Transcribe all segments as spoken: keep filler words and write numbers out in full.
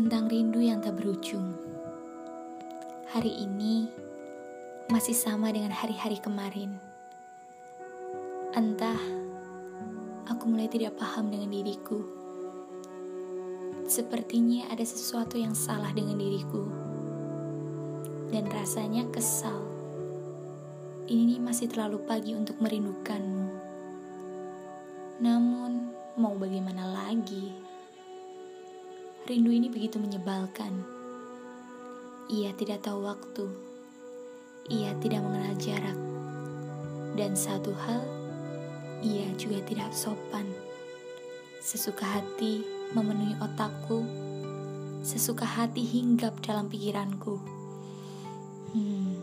Tentang rindu yang tak berujung. Hari ini masih sama dengan hari-hari kemarin. Entah, aku mulai tidak paham dengan diriku. Sepertinya ada sesuatu yang salah dengan diriku. Dan rasanya kesal. Ini masih terlalu pagi untuk merindukanmu. Namun, mau bagaimana lagi? Rindu ini begitu menyebalkan. Ia tidak tahu waktu. Ia tidak mengenal jarak. Dan satu hal, ia juga tidak sopan. Sesuka hati memenuhi otakku. Sesuka hati hinggap dalam pikiranku. Hmm.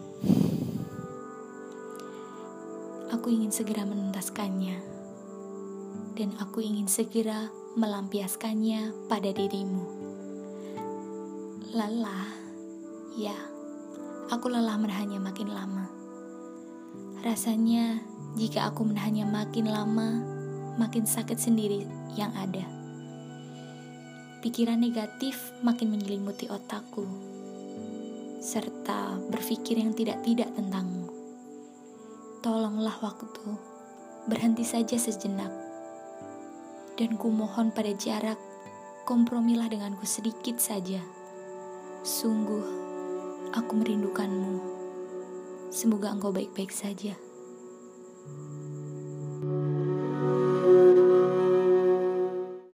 Aku ingin segera menuntaskannya. Dan aku ingin segera melampiaskannya pada dirimu. Lelah, ya, aku lelah menahannya makin lama. Rasanya jika aku menahannya makin lama, makin sakit sendiri yang ada. Pikiran negatif makin menyelimuti otakku, serta berpikir yang tidak-tidak tentangmu. Tolonglah waktu, berhenti saja sejenak. Dan kumohon pada jarak, kompromilah denganku sedikit saja. Sungguh, aku merindukanmu. Semoga engkau baik-baik saja.